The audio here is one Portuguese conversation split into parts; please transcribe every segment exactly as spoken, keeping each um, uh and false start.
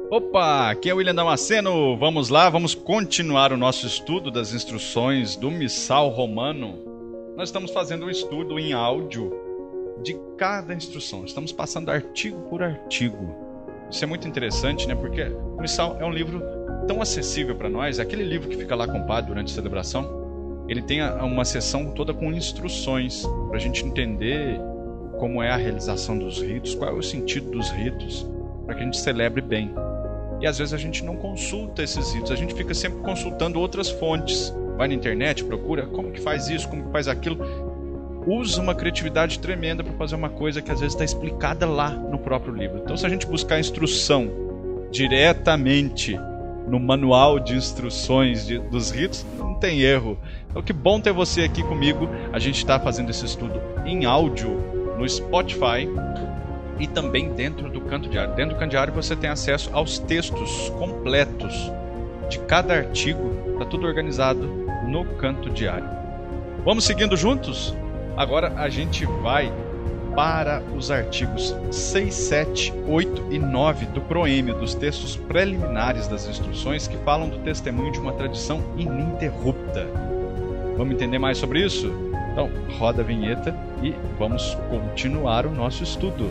Opa, aqui é o William Damasceno. Vamos lá, vamos continuar o nosso estudo das instruções do Missal Romano. Nós estamos fazendo um estudo em áudio de cada instrução. Estamos passando artigo por artigo. Isso é muito interessante, né? Porque o Missal é um livro tão acessível para nós. É aquele livro que fica lá com o padre durante a celebração. Ele tem uma seção toda com instruções para a gente entender como é a realização dos ritos, qual é o sentido dos ritos, para que a gente celebre bem. E às vezes a gente não consulta esses ritos, a gente fica sempre consultando outras fontes. Vai na internet, procura como que faz isso, como que faz aquilo. Usa uma criatividade tremenda para fazer uma coisa que às vezes está explicada lá no próprio livro. Então, se a gente buscar instrução diretamente no manual de instruções de, dos ritos, não tem erro. Então, que bom ter você aqui comigo. A gente está fazendo esse estudo em áudio no Spotify e também dentro do Canto Diário. Dentro do Canto Diário você tem acesso aos textos completos de cada artigo. Está tudo organizado no Canto Diário. Vamos seguindo juntos? Agora a gente vai para os artigos seis, sete, oito e nove do proêmio, dos textos preliminares das instruções que falam do testemunho de uma tradição ininterrupta. Vamos entender mais sobre isso? Então, roda a vinheta e vamos continuar o nosso estudo.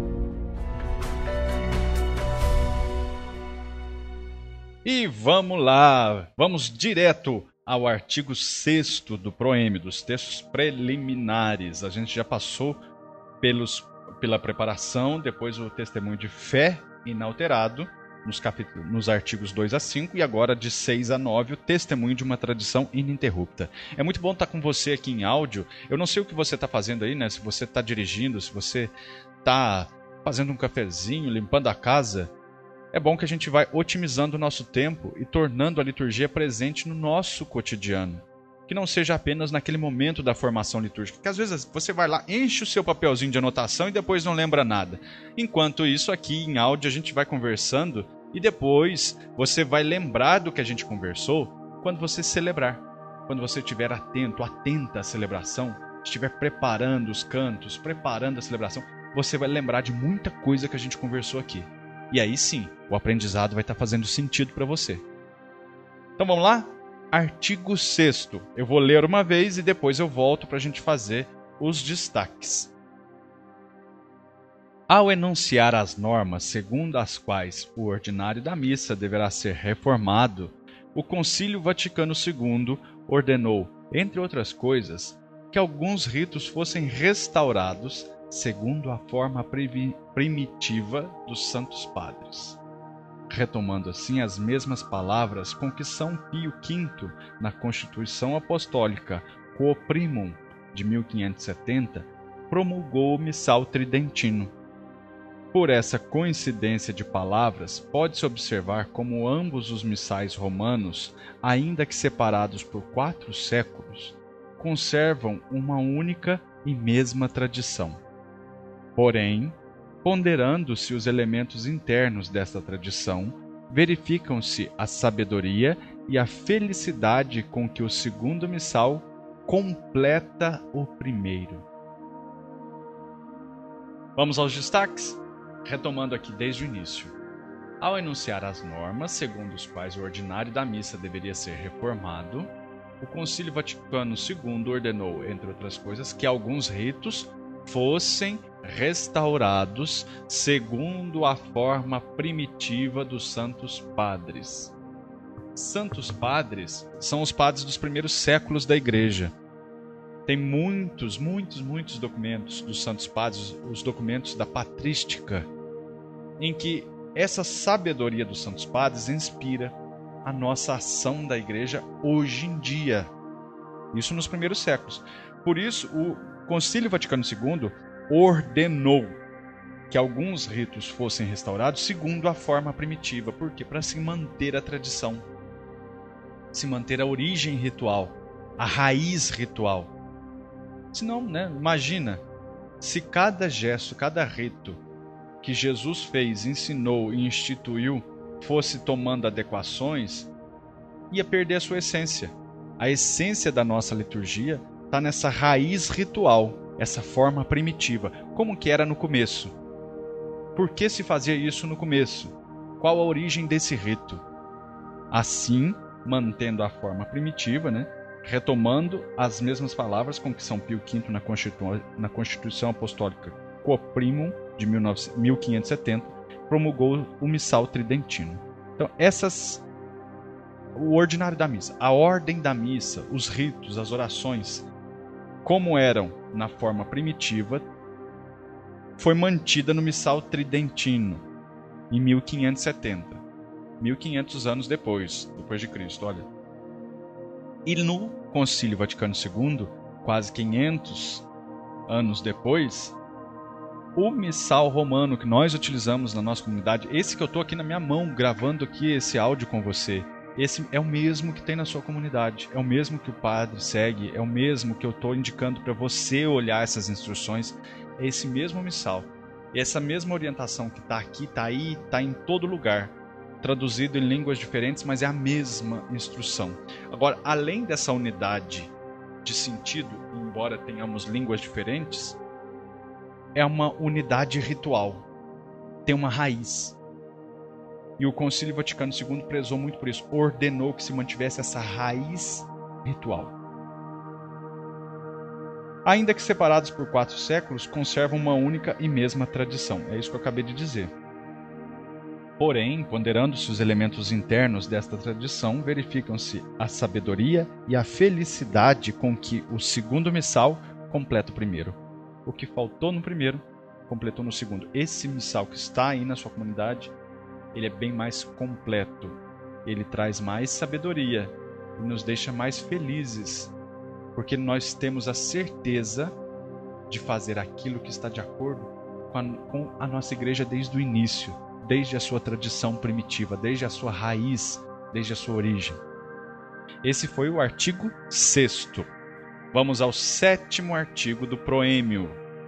E vamos lá, vamos direto ao artigo sexto do proêmio, dos textos preliminares. A gente já passou pelos, pela preparação, depois o testemunho de fé inalterado, nos, capítulos, nos artigos dois a cinco, e agora de seis a nove, o testemunho de uma tradição ininterrupta. É muito bom estar com você aqui em áudio. Eu não sei o que você está fazendo aí, né? Se você está dirigindo, se você está fazendo um cafezinho, limpando a casa. É bom que a gente vai otimizando o nosso tempo e tornando a liturgia presente no nosso cotidiano. Que não seja apenas naquele momento da formação litúrgica. Porque às vezes você vai lá, enche o seu papelzinho de anotação e depois não lembra nada. Enquanto isso, aqui em áudio a gente vai conversando e depois você vai lembrar do que a gente conversou quando você celebrar. Quando você estiver atento, atenta à celebração, estiver preparando os cantos, preparando a celebração, você vai lembrar de muita coisa que a gente conversou aqui. E aí sim, o aprendizado vai estar fazendo sentido para você. Então vamos lá? Artigo sexto. Eu vou ler uma vez e depois eu volto para a gente fazer os destaques. Ao enunciar as normas segundo as quais o ordinário da missa deverá ser reformado, o Concílio Vaticano segundo ordenou, entre outras coisas, que alguns ritos fossem restaurados segundo a forma primitiva dos Santos Padres, retomando assim as mesmas palavras com que São Pio quinto, na Constituição Apostólica Quo Primum de mil quinhentos e setenta, promulgou o Missal Tridentino. Por essa coincidência de palavras, pode-se observar como ambos os missais romanos, ainda que separados por quatro séculos, conservam uma única e mesma tradição. Porém, ponderando-se os elementos internos desta tradição, verificam-se a sabedoria e a felicidade com que o segundo missal completa o primeiro. Vamos aos destaques? Retomando aqui desde o início. Ao enunciar as normas segundo os quais o ordinário da missa deveria ser reformado, o Concílio Vaticano segundo ordenou, entre outras coisas, que alguns ritos fossem restaurados segundo a forma primitiva dos Santos Padres. Santos Padres são os padres dos primeiros séculos da Igreja. Tem muitos, muitos, muitos documentos dos Santos Padres, os documentos da patrística, em que essa sabedoria dos Santos Padres inspira a nossa ação da Igreja hoje em dia. Isso nos primeiros séculos. Por isso, o Concílio Vaticano segundo ordenou que alguns ritos fossem restaurados segundo a forma primitiva. Por quê? Para se manter a tradição, se manter a origem ritual, a raiz ritual. Senão, né, imagina, se cada gesto, cada rito que Jesus fez, ensinou e instituiu fosse tomando adequações, ia perder a sua essência. A essência da nossa liturgia está nessa raiz ritual, essa forma primitiva, como que era no começo. Por que se fazia isso no começo? qual a origem desse rito. Assim, mantendo a forma primitiva, né? Retomando as mesmas palavras com que São Pio V na, Constitu... na Constituição Apostólica Quo Primum, de mil quinhentos e setenta, promulgou o Missal Tridentino. Então, essas... o ordinário da missa, a ordem da missa, os ritos, as orações, como eram na forma primitiva, foi mantida no Missal Tridentino, em mil quinhentos e setenta. mil e quinhentos anos depois, depois de Cristo, olha. E no Concílio Vaticano segundo, quase quinhentos anos depois, o Missal Romano que nós utilizamos na nossa comunidade, esse que eu estou aqui na minha mão, gravando aqui esse áudio com você, esse é o mesmo que tem na sua comunidade, é o mesmo que o padre segue, é o mesmo que eu estou indicando para você olhar essas instruções, é esse mesmo missal. E essa mesma orientação que está aqui, está aí, está em todo lugar, traduzido em línguas diferentes, mas é a mesma instrução. Agora, além dessa unidade de sentido, embora tenhamos línguas diferentes, é uma unidade ritual, tem uma raiz. E o Concílio Vaticano segundo prezou muito por isso, ordenou que se mantivesse essa raiz ritual. Ainda que separados por quatro séculos, conservam uma única e mesma tradição. É isso que eu acabei de dizer. Porém, ponderando-se os elementos internos desta tradição, verificam-se a sabedoria e a felicidade com que o segundo missal completa o primeiro. O que faltou no primeiro, completou no segundo. Esse missal que está aí na sua comunidade, ele é bem mais completo. Ele traz mais sabedoria e nos deixa mais felizes, porque nós temos a certeza de fazer aquilo que está de acordo com a, com a nossa igreja desde o início, desde a sua tradição primitiva, desde a sua raiz, desde a sua origem. Esse foi o artigo sexto. Vamos ao sétimo artigo do proêmio.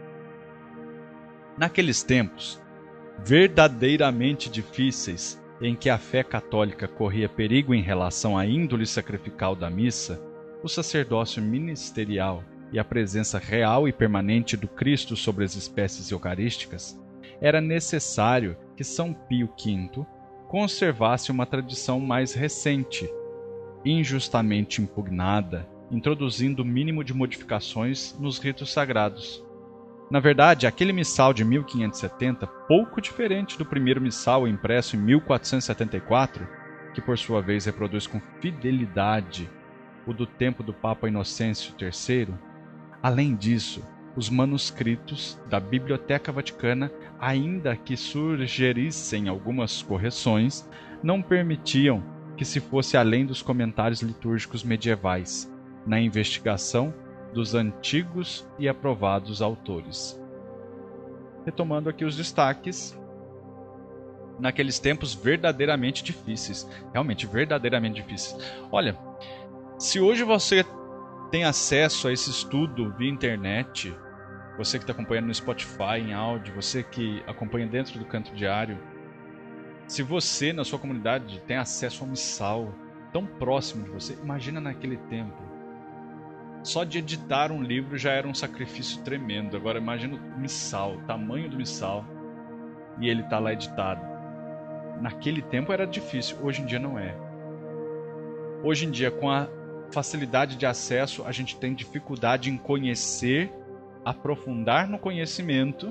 Naqueles tempos, verdadeiramente difíceis, em que a fé católica corria perigo em relação à índole sacrificial da missa, o sacerdócio ministerial e a presença real e permanente do Cristo sobre as espécies eucarísticas, era necessário que São Pio V conservasse uma tradição mais recente, injustamente impugnada, introduzindo o mínimo de modificações nos ritos sagrados. Na verdade, aquele missal de mil quinhentos e setenta, pouco diferente do primeiro missal impresso em mil quatrocentos e setenta e quatro, que por sua vez reproduz com fidelidade o do tempo do Papa Inocêncio terceiro, além disso, os manuscritos da Biblioteca Vaticana, ainda que sugerissem algumas correções, não permitiam que se fosse além dos comentários litúrgicos medievais, na investigação dos antigos e aprovados autores. Retomando aqui os destaques, naqueles tempos verdadeiramente difíceis, realmente verdadeiramente difíceis. Olha, se hoje você tem acesso a esse estudo via internet, você que está acompanhando no Spotify, em áudio, você que acompanha dentro do Canto Diário, se você na sua comunidade tem acesso ao missal tão próximo de você, imagina naquele tempo. Só de editar um livro já era um sacrifício tremendo. Agora imagina o missal, o tamanho do missal, e ele está lá editado. Naquele tempo era difícil, hoje em dia não é. Hoje em dia, com a facilidade de acesso, a gente tem dificuldade em conhecer, aprofundar no conhecimento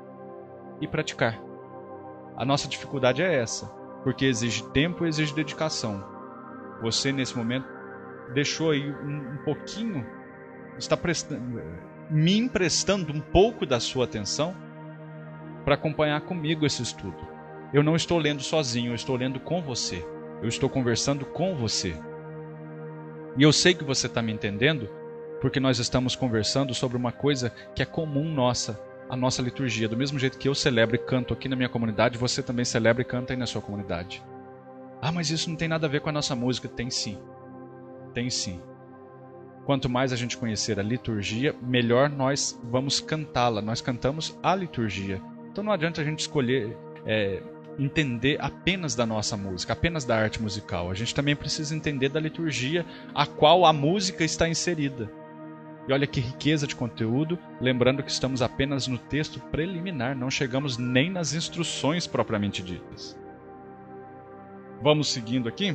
e praticar. A nossa dificuldade é essa, porque exige tempo e exige dedicação. Você, nesse momento, deixou aí um, um pouquinho, está prestando, me emprestando um pouco da sua atenção para acompanhar comigo esse estudo. Eu não estou lendo sozinho, eu estou lendo com você. Eu estou conversando com você. E eu sei que você está me entendendo, porque nós estamos conversando sobre uma coisa que é comum nossa, a nossa liturgia. Do mesmo jeito que eu celebro e canto aqui na minha comunidade, você também celebra e canta aí na sua comunidade. Ah, mas isso não tem nada a ver com a nossa música. Tem sim. Tem sim. Quanto mais a gente conhecer a liturgia, melhor nós vamos cantá-la. Nós cantamos a liturgia. Então não adianta a gente escolher, é, entender apenas da nossa música, apenas da arte musical. A gente também precisa entender da liturgia a qual a música está inserida. E olha que riqueza de conteúdo, lembrando que estamos apenas no texto preliminar, não chegamos nem nas instruções propriamente ditas. Vamos seguindo aqui.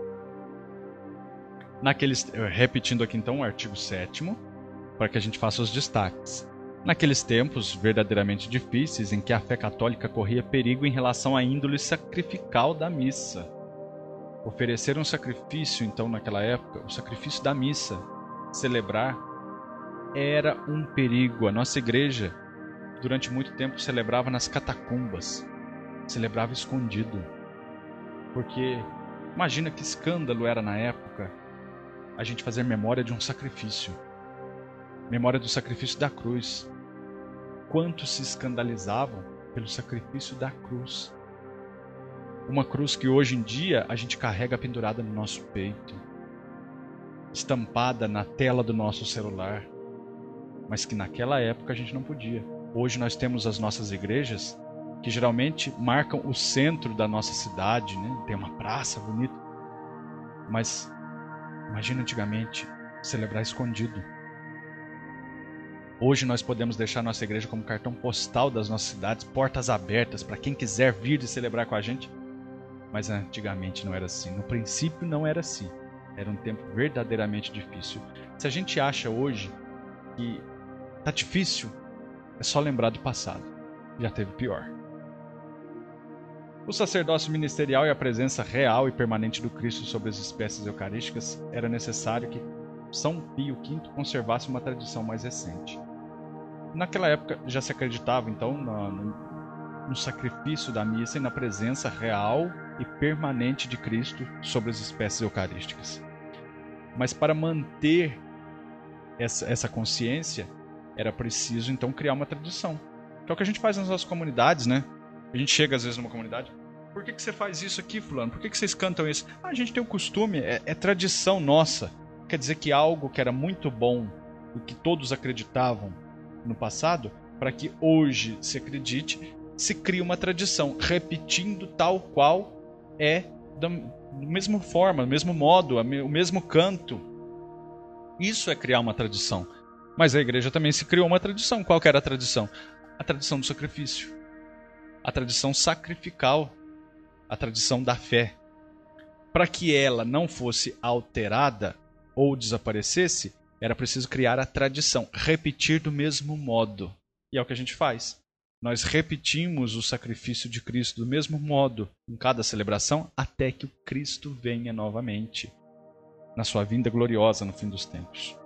Naqueles, repetindo aqui então o artigo sétimo, para que a gente faça os destaques. Naqueles tempos verdadeiramente difíceis em que a fé católica corria perigo em relação à índole sacrificial da missa. Oferecer um sacrifício, então, naquela época, o sacrifício da missa, celebrar, era um perigo. A nossa igreja, durante muito tempo, celebrava nas catacumbas, celebrava escondido. Porque, imagina que escândalo era na época a gente fazer memória de um sacrifício, memória do sacrifício da cruz. Quantos se escandalizavam pelo sacrifício da cruz. Uma cruz que hoje em dia a gente carrega pendurada no nosso peito, estampada na tela do nosso celular, mas que naquela época a gente não podia. Hoje nós temos as nossas igrejas que geralmente marcam o centro da nossa cidade, né? Tem uma praça bonita, mas imagina antigamente celebrar escondido. Hoje nós podemos deixar nossa igreja como cartão postal das nossas cidades, portas abertas para quem quiser vir e celebrar com a gente. Mas antigamente não era assim. No princípio não era assim. Era um tempo verdadeiramente difícil. Se a gente acha hoje que tá difícil, é só lembrar do passado. Já teve pior. O sacerdócio ministerial e a presença real e permanente do Cristo sobre as espécies eucarísticas era necessário que São Pio quinto conservasse uma tradição mais recente. Naquela época já se acreditava então no, no, no sacrifício da missa e na presença real e permanente de Cristo sobre as espécies eucarísticas. Mas para manter essa, essa consciência era preciso então criar uma tradição. Que é o que a gente faz nas nossas comunidades, né? A gente chega às vezes numa comunidade, por que, que você faz isso aqui, fulano? Por que, que vocês cantam isso? Ah, a gente tem o costume, é, é tradição nossa. Quer dizer que algo que era muito bom e que todos acreditavam no passado, para que hoje se acredite, se cria uma tradição, repetindo tal qual é da mesma forma, do mesmo modo, o mesmo canto. Isso é criar uma tradição. Mas a igreja também se criou uma tradição. Qual que era a tradição? A tradição do sacrifício. A tradição sacrificial. A tradição da fé. Para que ela não fosse alterada ou desaparecesse, era preciso criar a tradição, repetir do mesmo modo. E é o que a gente faz. Nós repetimos o sacrifício de Cristo do mesmo modo em cada celebração até que o Cristo venha novamente, na sua vinda gloriosa no fim dos tempos.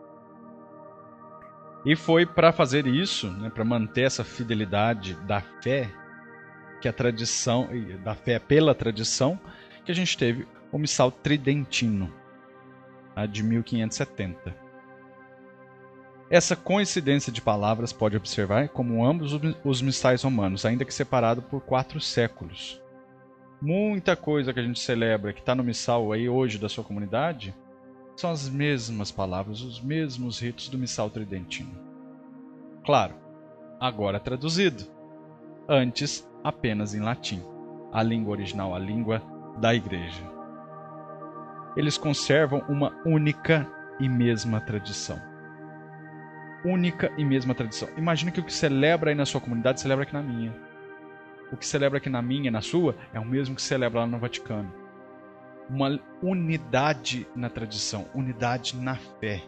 E foi para fazer isso, né, para manter essa fidelidade da fé, que a tradição, da fé pela tradição, que a gente teve o Missal Tridentino, a de mil quinhentos e setenta. Essa coincidência de palavras pode observar como ambos os missais romanos, ainda que separados por quatro séculos. Muita coisa que a gente celebra, que está no missal aí hoje da sua comunidade, são as mesmas palavras, os mesmos ritos do Missal Tridentino. Claro, agora traduzido. Antes, apenas em latim. A língua original, a língua da igreja. Eles conservam uma única e mesma tradição. Única e mesma tradição. Imagina que o que celebra aí na sua comunidade, celebra aqui na minha. O que celebra aqui na minha e na sua é o mesmo que celebra lá no Vaticano. Uma unidade na tradição, unidade na fé.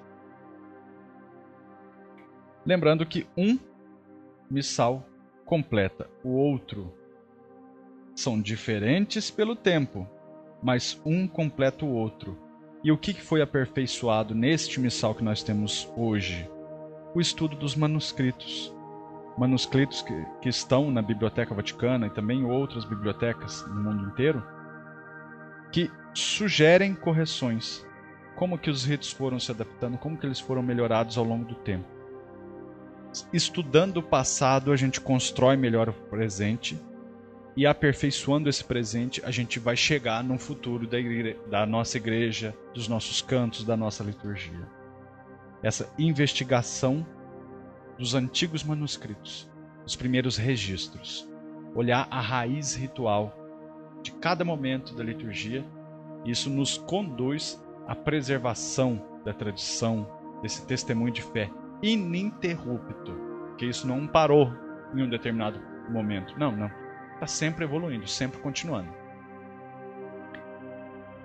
Lembrando que um missal completa o outro. São diferentes pelo tempo, mas um completa o outro. E o que foi aperfeiçoado neste missal que nós temos hoje? O estudo dos manuscritos. Manuscritos que, que estão na Biblioteca Vaticana e também em outras bibliotecas no mundo inteiro, que sugerem correções. Como que os ritos foram se adaptando, como que eles foram melhorados ao longo do tempo. Estudando o passado, a gente constrói melhor o presente, e aperfeiçoando esse presente, a gente vai chegar no futuro da, igre... da nossa igreja, dos nossos cantos, da nossa liturgia. Essa investigação dos antigos manuscritos, dos primeiros registros. Olhar a raiz ritual de cada momento da liturgia. Isso nos conduz à preservação da tradição, desse testemunho de fé ininterrupto. Porque isso não parou em um determinado momento. Não, não. Está sempre evoluindo, sempre continuando.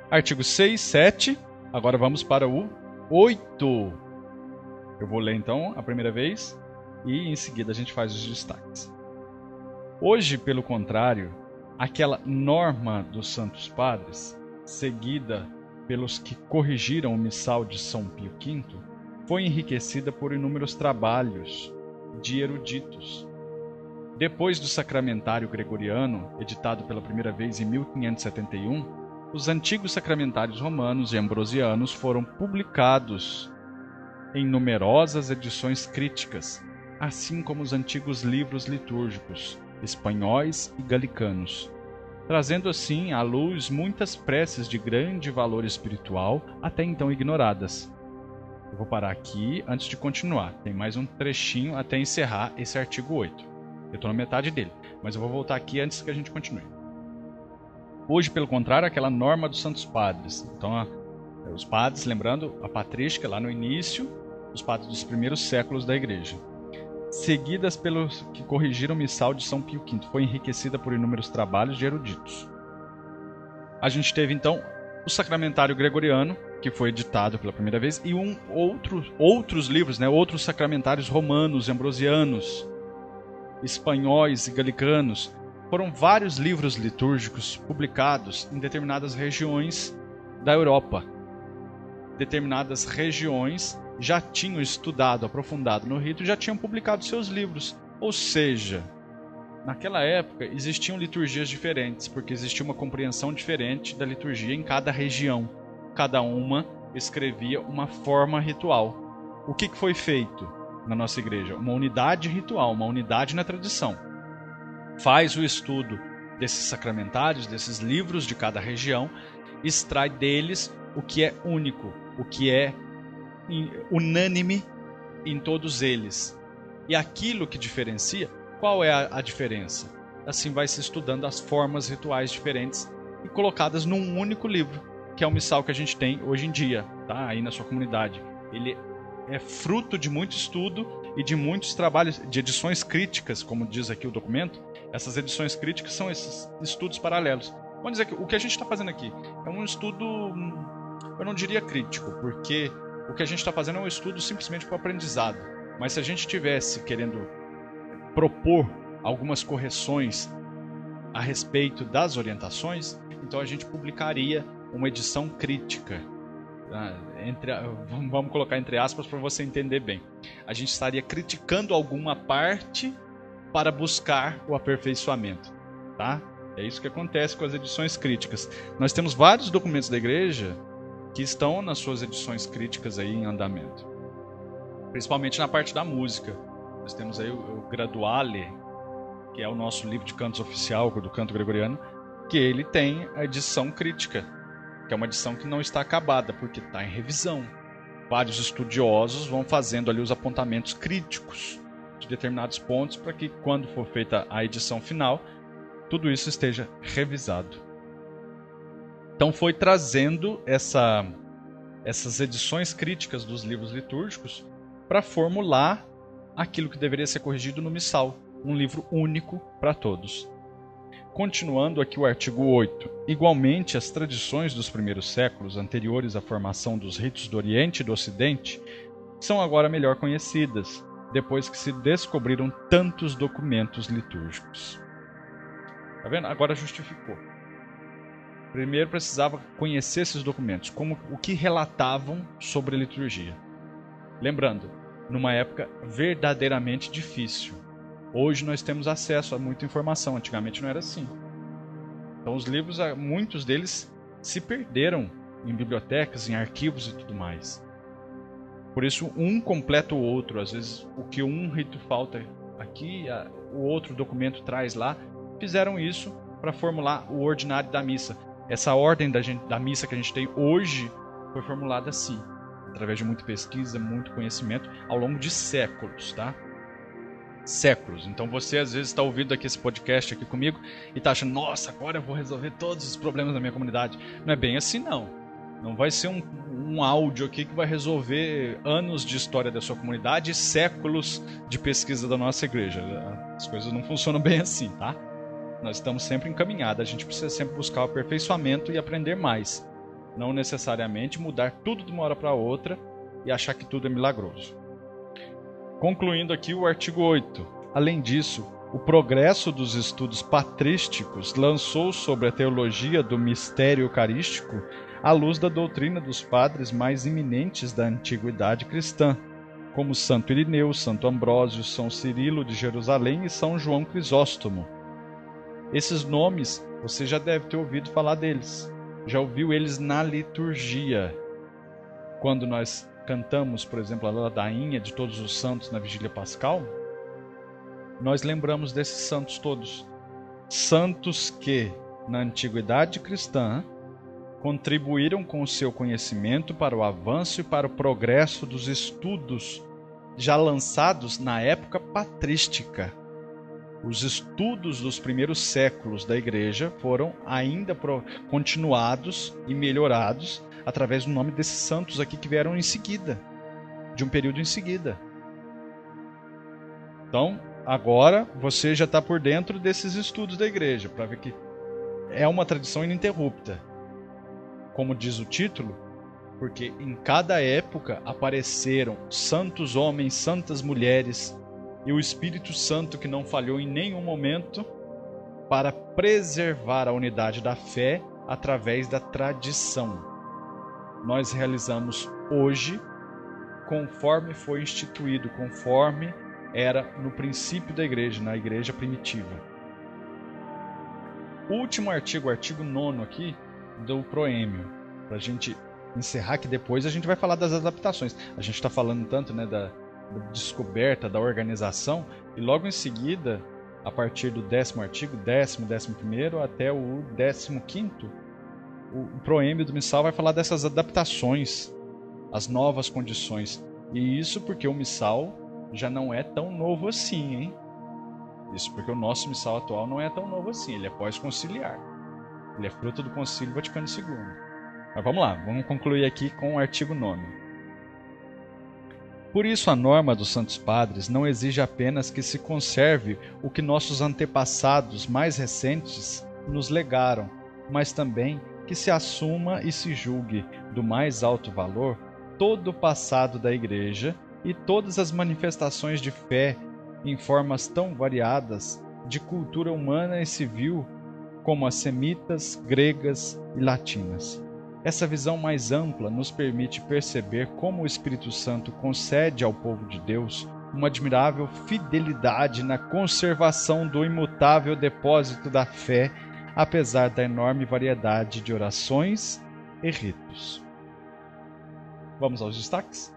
Artigo seis, sete. Agora vamos para o oito. Eu vou ler então a primeira vez e em seguida a gente faz os destaques. Hoje, pelo contrário, aquela norma dos Santos Padres, seguida pelos que corrigiram o missal de São Pio quinto, foi enriquecida por inúmeros trabalhos de eruditos. Depois do Sacramentário Gregoriano, editado pela primeira vez em mil quinhentos e setenta e um, os antigos sacramentários romanos e ambrosianos foram publicados em numerosas edições críticas, assim como os antigos livros litúrgicos, espanhóis e galicanos, trazendo assim à luz muitas preces de grande valor espiritual até então ignoradas. Eu vou parar aqui antes de continuar. Tem mais um trechinho até encerrar esse artigo oito. Eu estou na metade dele, mas eu vou voltar aqui antes que a gente continue. Hoje, pelo contrário, aquela norma dos Santos Padres. Então, a, os padres, lembrando, a patrística lá no início, os padres dos primeiros séculos da Igreja, seguidas pelos que corrigiram o missal de São Pio quinto, foi enriquecida por inúmeros trabalhos de eruditos. A gente teve, então, o Sacramentário Gregoriano, que foi editado pela primeira vez, e um, outro, outros livros, né, outros sacramentários romanos e ambrosianos, espanhóis e galicanos. Foram vários livros litúrgicos publicados em determinadas regiões da Europa. Determinadas regiões já tinham estudado, aprofundado no rito, já tinham publicado seus livros. Ou seja, naquela época existiam liturgias diferentes, porque existia uma compreensão diferente da liturgia em cada região. Cada uma escrevia uma forma ritual. O que foi feito na nossa igreja? Uma unidade ritual, uma unidade na tradição. Faz o estudo desses sacramentários, desses livros de cada região, extrai deles o que é único, o que é unânime em todos eles. E aquilo que diferencia, qual é a, a diferença? Assim vai se estudando as formas rituais diferentes e colocadas num único livro, que é o missal que a gente tem hoje em dia, tá? Aí na sua comunidade. Ele é fruto de muito estudo e de muitos trabalhos, de edições críticas, como diz aqui o documento. Essas edições críticas são esses estudos paralelos. Vamos dizer que o que a gente está fazendo aqui é um estudo, eu não diria crítico, porque o que a gente está fazendo é um estudo simplesmente para o aprendizado. Mas se a gente estivesse querendo propor algumas correções a respeito das orientações, então a gente publicaria uma edição crítica. Entre, vamos colocar entre aspas para você entender bem. A gente estaria criticando alguma parte para buscar o aperfeiçoamento, tá? É isso que acontece com as edições críticas. Nós temos vários documentos da igreja que estão nas suas edições críticas aí em andamento, principalmente na parte da música. Nós temos aí o, o Graduale, que é o nosso livro de cantos oficial do canto gregoriano, que ele tem a edição crítica, que é uma edição que não está acabada, porque está em revisão. Vários estudiosos vão fazendo ali os apontamentos críticos de determinados pontos para que, quando for feita a edição final, tudo isso esteja revisado. Então foi trazendo essa, essas edições críticas dos livros litúrgicos para formular aquilo que deveria ser corrigido no missal, um livro único para todos. Continuando aqui o artigo oito. Igualmente, as tradições dos primeiros séculos, anteriores à formação dos ritos do Oriente e do Ocidente, são agora melhor conhecidas, depois que se descobriram tantos documentos litúrgicos. Tá vendo? Agora justificou. Primeiro precisava conhecer esses documentos, como o que relatavam sobre a liturgia. Lembrando, numa época verdadeiramente difícil. Hoje nós temos acesso a muita informação, antigamente não era assim. Então os livros, muitos deles se perderam em bibliotecas, em arquivos e tudo mais. Por isso um completa o outro, às vezes o que um rito falta aqui, o outro documento traz lá. Fizeram isso para formular o ordinário da missa. Essa ordem da, gente, da missa que a gente tem hoje foi formulada assim, através de muita pesquisa, muito conhecimento, ao longo de séculos, tá? Séculos. Então você às vezes está ouvindo aqui esse podcast aqui comigo e está achando, nossa, agora eu vou resolver todos os problemas da minha comunidade. Não é bem assim, não. Não vai ser um, um áudio aqui que vai resolver anos de história da sua comunidade e séculos de pesquisa da nossa igreja. As coisas não funcionam bem assim, tá? Nós estamos sempre encaminhados. A gente precisa sempre buscar o aperfeiçoamento e aprender mais. Não necessariamente mudar tudo de uma hora para outra e achar que tudo é milagroso. Concluindo aqui o artigo oito. Além disso, o progresso dos estudos patrísticos lançou sobre a teologia do mistério eucarístico à luz da doutrina dos padres mais eminentes da antiguidade cristã, como Santo Irineu, Santo Ambrósio, São Cirilo de Jerusalém e São João Crisóstomo. Esses nomes você já deve ter ouvido falar deles. Já ouviu eles na liturgia. Quando nós cantamos, por exemplo, a ladainha de todos os santos na vigília pascal, nós lembramos desses santos todos. Santos que, na antiguidade cristã, contribuíram com o seu conhecimento para o avanço e para o progresso dos estudos já lançados na época patrística. Os estudos dos primeiros séculos da Igreja foram ainda pro... continuados e melhorados através do nome desses santos aqui que vieram em seguida, de um período em seguida. Então, agora você já está por dentro desses estudos da Igreja, para ver que é uma tradição ininterrupta. Como diz o título, porque em cada época apareceram santos homens, santas mulheres, e o Espírito Santo que não falhou em nenhum momento para preservar a unidade da fé através da tradição. Nós realizamos hoje conforme foi instituído, conforme era no princípio da igreja, na igreja primitiva. O último artigo, o artigo nono aqui, do proêmio, para a gente encerrar, que depois a gente vai falar das adaptações. A gente está falando tanto, né, da da descoberta, da organização, e logo em seguida, a partir do décimo artigo, décimo, décimo primeiro, até o décimo quinto, o proêmio do missal vai falar dessas adaptações, as novas condições. E isso porque o missal já não é tão novo assim, hein? Isso porque o nosso missal atual não é tão novo assim, ele é pós-conciliar. Ele é fruto do Concílio Vaticano segundo. Mas vamos lá, vamos concluir aqui com o artigo nono. Por isso, a norma dos Santos Padres não exige apenas que se conserve o que nossos antepassados mais recentes nos legaram, mas também que se assuma e se julgue do mais alto valor todo o passado da Igreja e todas as manifestações de fé em formas tão variadas de cultura humana e civil como as semitas, gregas e latinas. Essa visão mais ampla nos permite perceber como o Espírito Santo concede ao povo de Deus uma admirável fidelidade na conservação do imutável depósito da fé, apesar da enorme variedade de orações e ritos. Vamos aos destaques?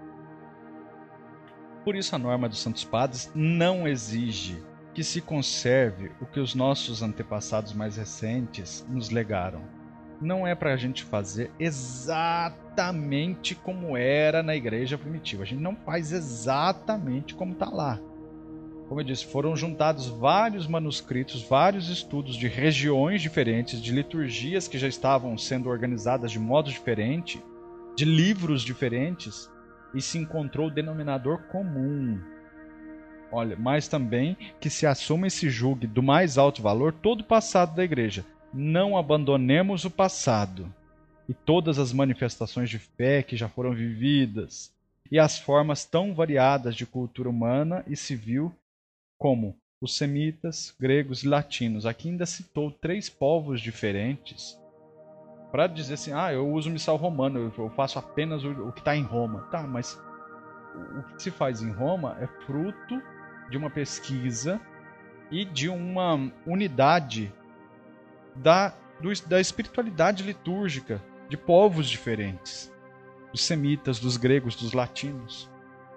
Por isso, a norma dos Santos Padres não exige que se conserve o que os nossos antepassados mais recentes nos legaram. Não é para a gente fazer exatamente como era na igreja primitiva. A gente não faz exatamente como está lá. Como eu disse, foram juntados vários manuscritos, vários estudos de regiões diferentes, de liturgias que já estavam sendo organizadas de modo diferente, de livros diferentes, e se encontrou o denominador comum. Olha, mas também que se assuma e se julgue do mais alto valor todo o passado da igreja. Não abandonemos o passado e todas as manifestações de fé que já foram vividas e as formas tão variadas de cultura humana e civil como os semitas, gregos e latinos. Aqui ainda citou três povos diferentes para dizer assim, ah, eu uso o missal romano, eu faço apenas o que está em Roma. Tá, mas o que se faz em Roma é fruto de uma pesquisa e de uma unidade Da, do, da espiritualidade litúrgica de povos diferentes, dos semitas, dos gregos, dos latinos.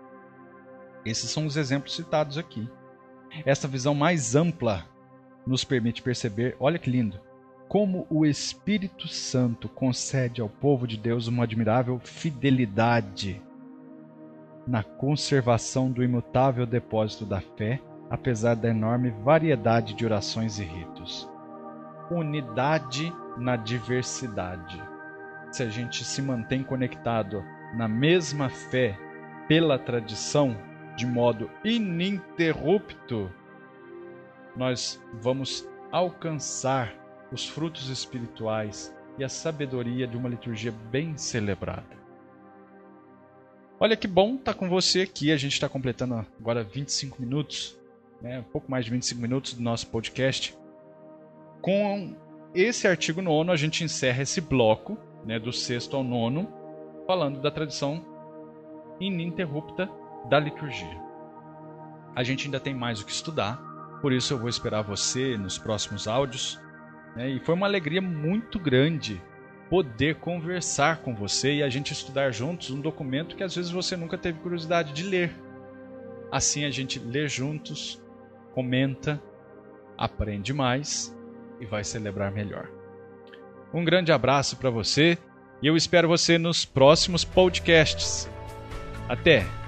Esses são os exemplos citados aqui. Essa visão mais ampla nos permite perceber, olha que lindo, como o Espírito Santo concede ao povo de Deus uma admirável fidelidade na conservação do imutável depósito da fé, apesar da enorme variedade de orações e ritos. Unidade na diversidade. Se a gente se mantém conectado na mesma fé pela tradição, de modo ininterrupto, nós vamos alcançar os frutos espirituais e a sabedoria de uma liturgia bem celebrada. Olha que bom estar com você aqui. A gente está completando agora vinte e cinco minutos, né, um pouco mais de vinte e cinco minutos do nosso podcast. Com esse artigo nono, a gente encerra esse bloco, né, do sexto ao nono, falando da tradição ininterrupta da liturgia. A gente ainda tem mais o que estudar, por isso eu vou esperar você nos próximos áudios, né, e foi uma alegria muito grande poder conversar com você e a gente estudar juntos um documento que às vezes você nunca teve curiosidade de ler. Assim a gente lê juntos, comenta, aprende mais e vai celebrar melhor. Um grande abraço para você e eu espero você nos próximos podcasts. Até!